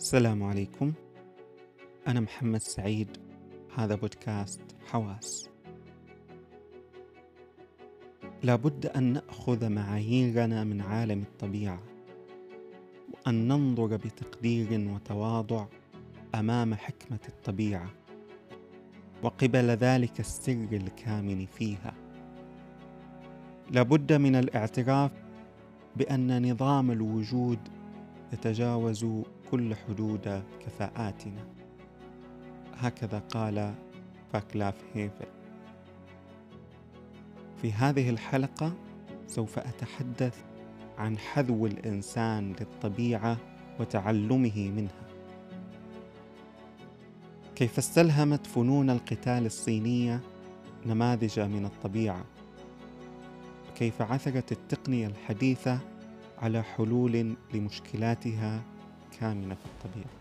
السلام عليكم. أنا محمد سعيد. هذا بودكاست حواس. لابد أن نأخذ معاييرنا من عالم الطبيعة، وأن ننظر بتقدير وتواضع أمام حكمة الطبيعة وقبل ذلك السر الكامن فيها. لابد من الاعتراف بأن نظام الوجود يتجاوز كل حدود كفاءاتنا. هكذا قال فاكلاف هيفل. في هذه الحلقة سوف أتحدث عن حذو الإنسان للطبيعة وتعلمه منها، كيف استلهمت فنون القتال الصينية نماذج من الطبيعة، وكيف عثرت التقنية الحديثة على حلول لمشكلاتها كامنة في الطبيعة.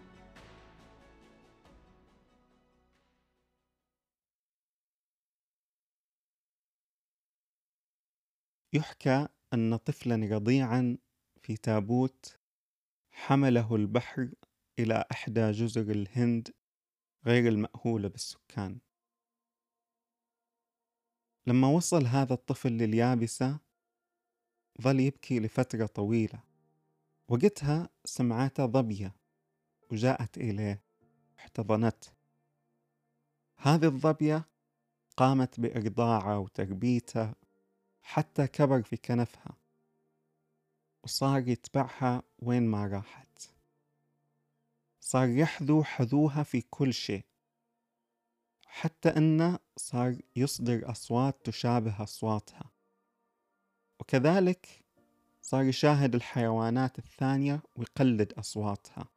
يحكى أن طفلا رضيعا في تابوت حمله البحر إلى إحدى جزر الهند غير المأهولة بالسكان. لما وصل هذا الطفل لليابسة ظل يبكي لفترة طويلة. وقتها سمعته ظبية وجاءت إليه واحتضنته. هذه الظبية قامت بإرضاعه وتربيته حتى كبر في كنفها، وصار يتبعها وين ما راحت. صار يحذو حذوها في كل شيء، حتى أنه صار يصدر أصوات تشابه أصواتها، وكذلك صار يشاهد الحيوانات الثانية ويقلد أصواتها.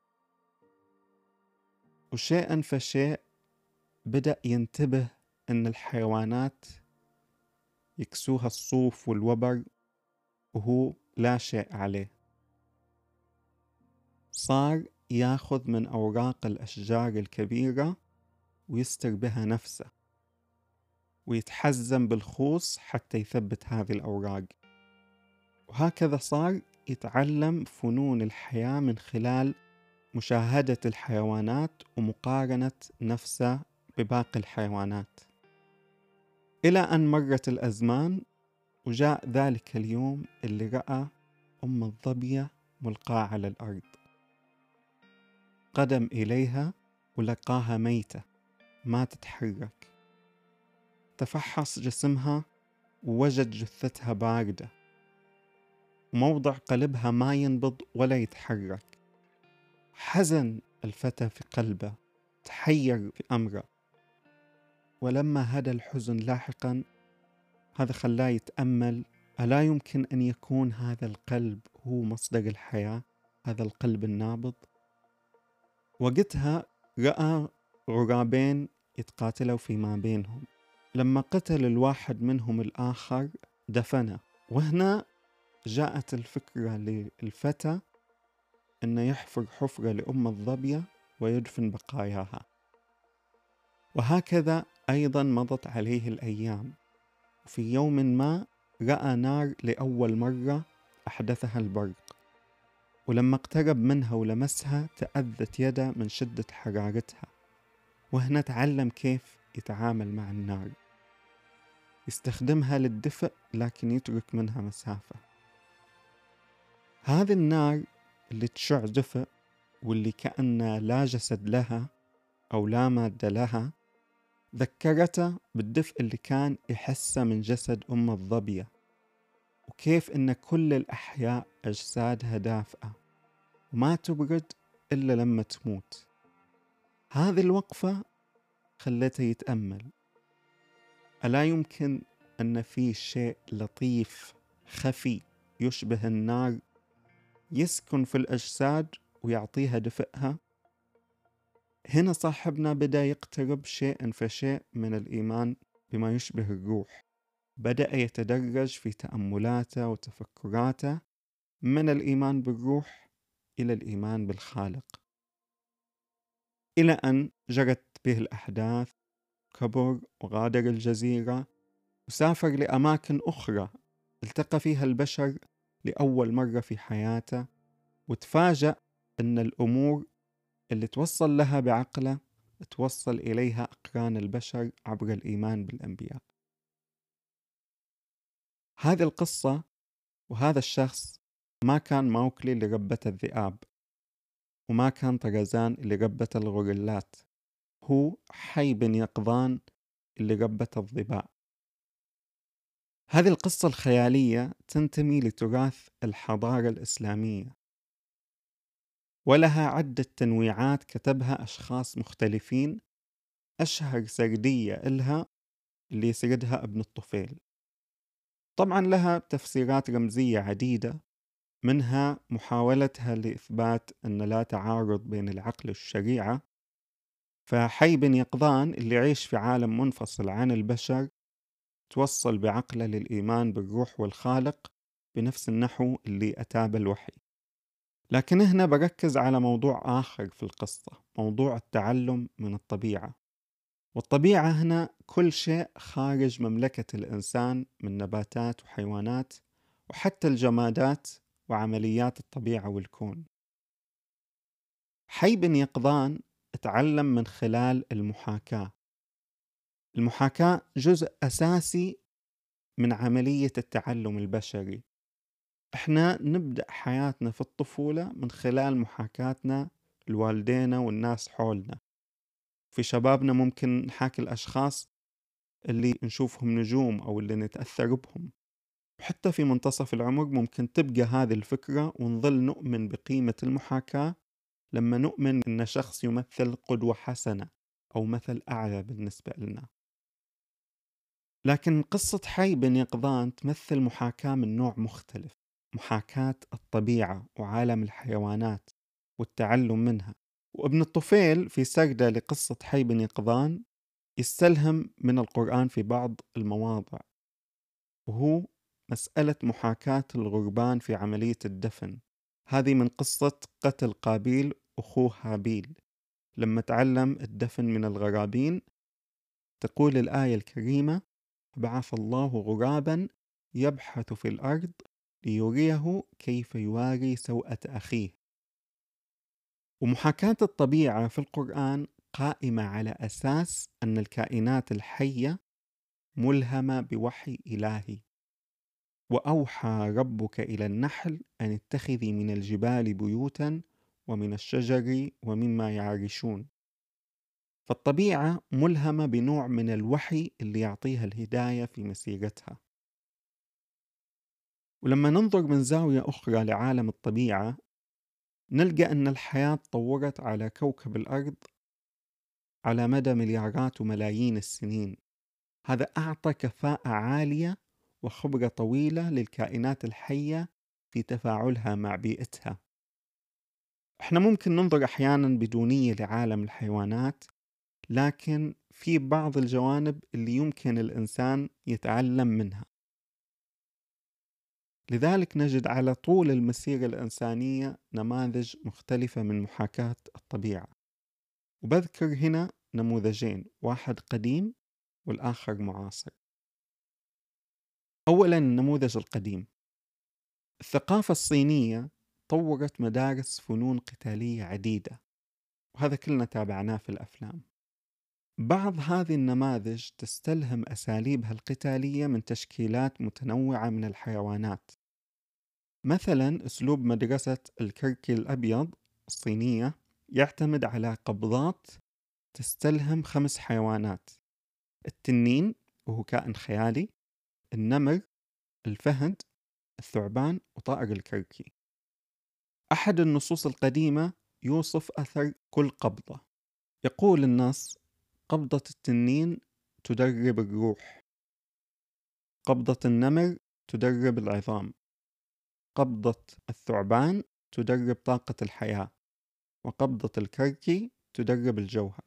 وشيئا فشيء بدأ ينتبه أن الحيوانات يكسوها الصوف والوبر وهو لا شيء عليه. صار ياخذ من أوراق الأشجار الكبيرة ويستر بها نفسه، ويتحزم بالخوص حتى يثبت هذه الأوراق. وهكذا صار يتعلم فنون الحياة من خلال مشاهدة الحيوانات ومقارنة نفسه بباقي الحيوانات، إلى أن مرت الأزمان وجاء ذلك اليوم اللي رأى أم الظبية ملقاة على الأرض. قدم إليها ولقاها ميتة ما تتحرك. تفحص جسمها ووجد جثتها باردة، وموضع قلبها ما ينبض ولا يتحرك. حزن الفتى في قلبه، تحير في أمره. ولما هدى الحزن لاحقا هذا خلاه يتأمل، ألا يمكن أن يكون هذا القلب هو مصدر الحياة، هذا القلب النابض؟ وقتها رأى غرابين يتقاتلوا فيما بينهم. لما قتل الواحد منهم الآخر دفنه. وهنا جاءت الفكرة للفتى أنه يحفر حفرة لأم الظبية ويدفن بقاياها. وهكذا أيضا مضت عليه الأيام، وفي يوم ما رأى نار لأول مرة أحدثها البرق، ولما اقترب منها ولمسها تأذت يده من شدة حرارتها. وهنا تعلم كيف يتعامل مع النار، يستخدمها للدفء لكن يترك منها مسافة. هذه النار اللي تشع دفء واللي كأن لا جسد لها أو لا مادة لها، ذكرته بالدفء اللي كان يحسه من جسد أم الظبية، وكيف إن كل الأحياء أجسادها دافئة وما تبرد إلا لما تموت. هذه الوقفة خلته يتأمل، ألا يمكن أن في شيء لطيف خفي يشبه النار يسكن في الأجساد ويعطيها دفئها؟ هنا صاحبنا بدأ يقترب شيئا فشيء من الإيمان بما يشبه الروح. بدأ يتدرج في تأملاته وتفكراته من الإيمان بالروح إلى الإيمان بالخالق، إلى أن جرت به الأحداث، كبر وغادر الجزيرة وسافر لأماكن أخرى التقى فيها البشر لأول مرة في حياته، وتفاجأ أن الأمور اللي توصل لها بعقله توصل إليها أقران البشر عبر الإيمان بالأنبياء. هذه القصة وهذا الشخص ما كان موكلي اللي ربت الذئاب، وما كان طرزان اللي ربت الغوريلات، هو حي بن يقظان اللي ربت الظباء. هذه القصة الخيالية تنتمي لتراث الحضارة الإسلامية، ولها عدة تنويعات كتبها أشخاص مختلفين. أشهر سردية إلها اللي يسردها ابن الطفيل. طبعا لها تفسيرات رمزية عديدة، منها محاولتها لإثبات أن لا تعارض بين العقل والشريعة، فحي بن يقظان اللي يعيش في عالم منفصل عن البشر توصل بعقله للإيمان بالروح والخالق بنفس النحو اللي أتى بالوحي. لكن هنا بركز على موضوع آخر في القصة، موضوع التعلم من الطبيعة. والطبيعة هنا كل شيء خارج مملكة الإنسان من نباتات وحيوانات وحتى الجمادات وعمليات الطبيعة والكون. حي بن يقظان اتعلم من خلال المحاكاة. المحاكاة جزء أساسي من عملية التعلم البشري. احنا نبدأ حياتنا في الطفولة من خلال محاكاتنا لوالدينا والناس حولنا. في شبابنا ممكن نحاكي الأشخاص اللي نشوفهم نجوم أو اللي نتأثر بهم. وحتى في منتصف العمر ممكن تبقى هذه الفكرة ونظل نؤمن بقيمة المحاكاة لما نؤمن أن شخص يمثل قدوة حسنة أو مثل أعلى بالنسبة لنا. لكن قصة حي بن يقظان تمثل محاكاة من نوع مختلف، محاكاة الطبيعة وعالم الحيوانات والتعلم منها. وابن الطفيل في سردة لقصة حي بن يقظان يستلهم من القرآن في بعض المواضع، وهو مسألة محاكاة الغربان في عملية الدفن. هذه من قصة قتل قابيل أخوه هابيل لما تعلم الدفن من الغرابين. تقول الآية الكريمة: بعث الله غرابا يبحث في الأرض ليريه كيف يواري سوءة أخيه. ومحاكاة الطبيعة في القرآن قائمة على أساس أن الكائنات الحية ملهمة بوحي إلهي. وأوحى ربك إلى النحل أن اتخذي من الجبال بيوتا ومن الشجر ومما يعرشون. فالطبيعة ملهمة بنوع من الوحي اللي يعطيها الهداية في مسيرتها. ولما ننظر من زاوية أخرى لعالم الطبيعة نلقى أن الحياة تطورت على كوكب الأرض على مدى مليارات وملايين السنين. هذا أعطى كفاءة عالية وخبرة طويلة للكائنات الحية في تفاعلها مع بيئتها. احنا ممكن ننظر أحيانا بدونية لعالم الحيوانات، لكن في بعض الجوانب اللي يمكن الإنسان يتعلم منها. لذلك نجد على طول المسيرة الإنسانية نماذج مختلفة من محاكاة الطبيعة، وبذكر هنا نموذجين، واحد قديم والآخر معاصر. أولا النموذج القديم. الثقافة الصينية طورت مدارس فنون قتالية عديدة، وهذا كلنا تابعناه في الأفلام. بعض هذه النماذج تستلهم أساليبها القتالية من تشكيلات متنوعة من الحيوانات. مثلا أسلوب مدرسة الكركي الأبيض الصينية يعتمد على قبضات تستلهم 5 حيوانات: التنين وهو كائن خيالي، النمر، الفهد، الثعبان، وطائر الكركي. أحد النصوص القديمة يوصف أثر كل قبضة. يقول النص: قبضة التنين تدرب الروح، قبضة النمر تدرب العظام، قبضة الثعبان تدرب طاقة الحياة، وقبضة الكركي تدرب الجوهر.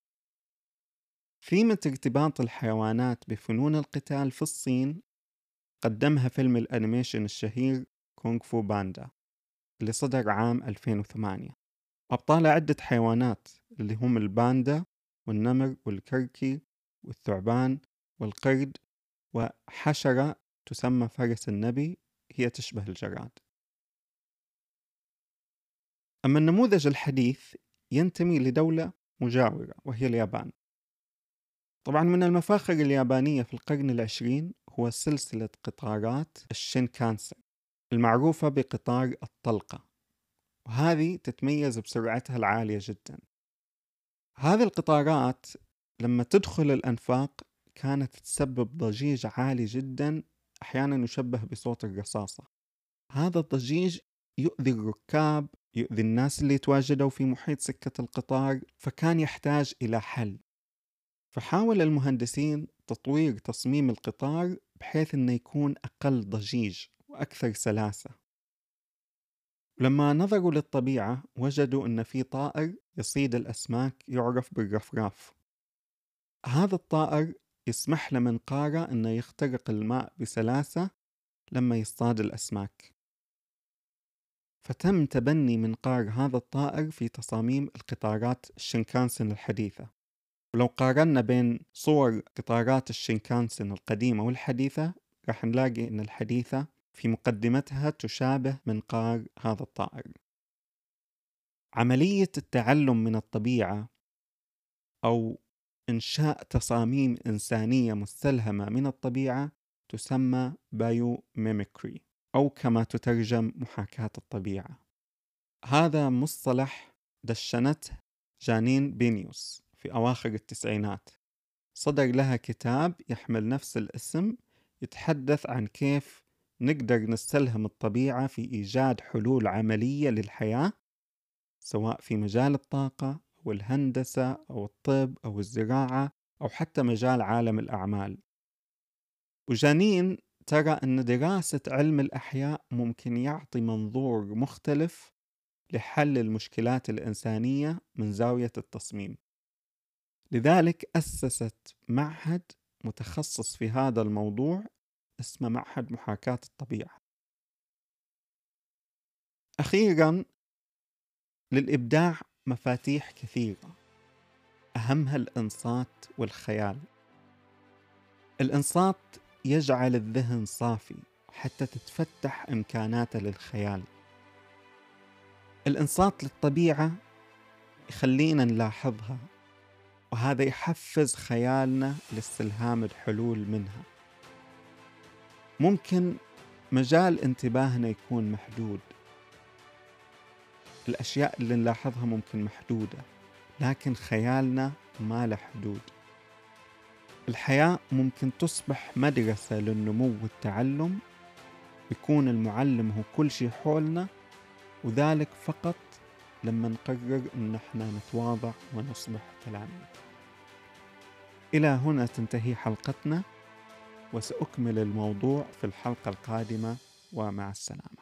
ثيمة ارتباط الحيوانات بفنون القتال في الصين قدمها فيلم الأنيميشن الشهير كونغ فو باندا اللي صدر عام 2008. أبطال عدة حيوانات اللي هم الباندا والنمر والكركي والثعبان والقرد وحشرة تسمى فرس النبي، هي تشبه الجراد. أما النموذج الحديث ينتمي لدولة مجاورة وهي اليابان. طبعا من المفاخر اليابانية في القرن العشرين هو سلسلة قطارات الشينكانسن المعروفة بقطار الطلقة، وهذه تتميز بسرعتها العالية جدا. هذه القطارات لما تدخل الأنفاق كانت تسبب ضجيج عالي جدا، أحيانا يشبه بصوت الرصاصة. هذا الضجيج يؤذي الركاب، يؤذي الناس اللي يتواجدوا في محيط سكة القطار، فكان يحتاج إلى حل. فحاول المهندسين تطوير تصميم القطار بحيث أنه يكون أقل ضجيج وأكثر سلاسة. لما نظروا للطبيعة وجدوا أن في طائر يصيد الأسماك يعرف بالرفراف. هذا الطائر يسمح لمنقاره أنه يخترق الماء بسلاسة لما يصطاد الأسماك، فتم تبني منقار هذا الطائر في تصاميم القطارات الشينكانسن الحديثة. ولو قارنا بين صور قطارات الشينكانسن القديمة والحديثة راح نلاقي أن الحديثة في مقدمتها تشابه منقار هذا الطائر. عملية التعلم من الطبيعة أو إنشاء تصاميم إنسانية مستلهمة من الطبيعة تسمى بايو ميميكري، أو كما تترجم محاكاة الطبيعة. هذا مصطلح دشنته جانين بينيوس في أواخر التسعينات، صدر لها كتاب يحمل نفس الاسم يتحدث عن كيف نقدر نستلهم الطبيعة في إيجاد حلول عملية للحياة، سواء في مجال الطاقة أو الهندسة أو الطب أو الزراعة أو حتى مجال عالم الأعمال. وجانين ترى أن دراسة علم الأحياء ممكن يعطي منظور مختلف لحل المشكلات الإنسانية من زاوية التصميم. لذلك أسست معهد متخصص في هذا الموضوع اسمه معهد محاكاة الطبيعة. أخيراً، للإبداع مفاتيح كثيرة، أهمها الإنصات والخيال. الإنصات يجعل الذهن صافي حتى تتفتح إمكاناته للخيال. الإنصات للطبيعة يخلينا نلاحظها، وهذا يحفز خيالنا لاستلهام الحلول منها. ممكن مجال انتباهنا يكون محدود، الأشياء اللي نلاحظها ممكن محدودة، لكن خيالنا ما له حدود. الحياة ممكن تصبح مدرسة للنمو والتعلم، يكون المعلم هو كل شيء حولنا، وذلك فقط لما نقرر أن احنا نتواضع ونصبح تلاميذ. إلى هنا تنتهي حلقتنا، وسأكمل الموضوع في الحلقة القادمة، ومع السلامة.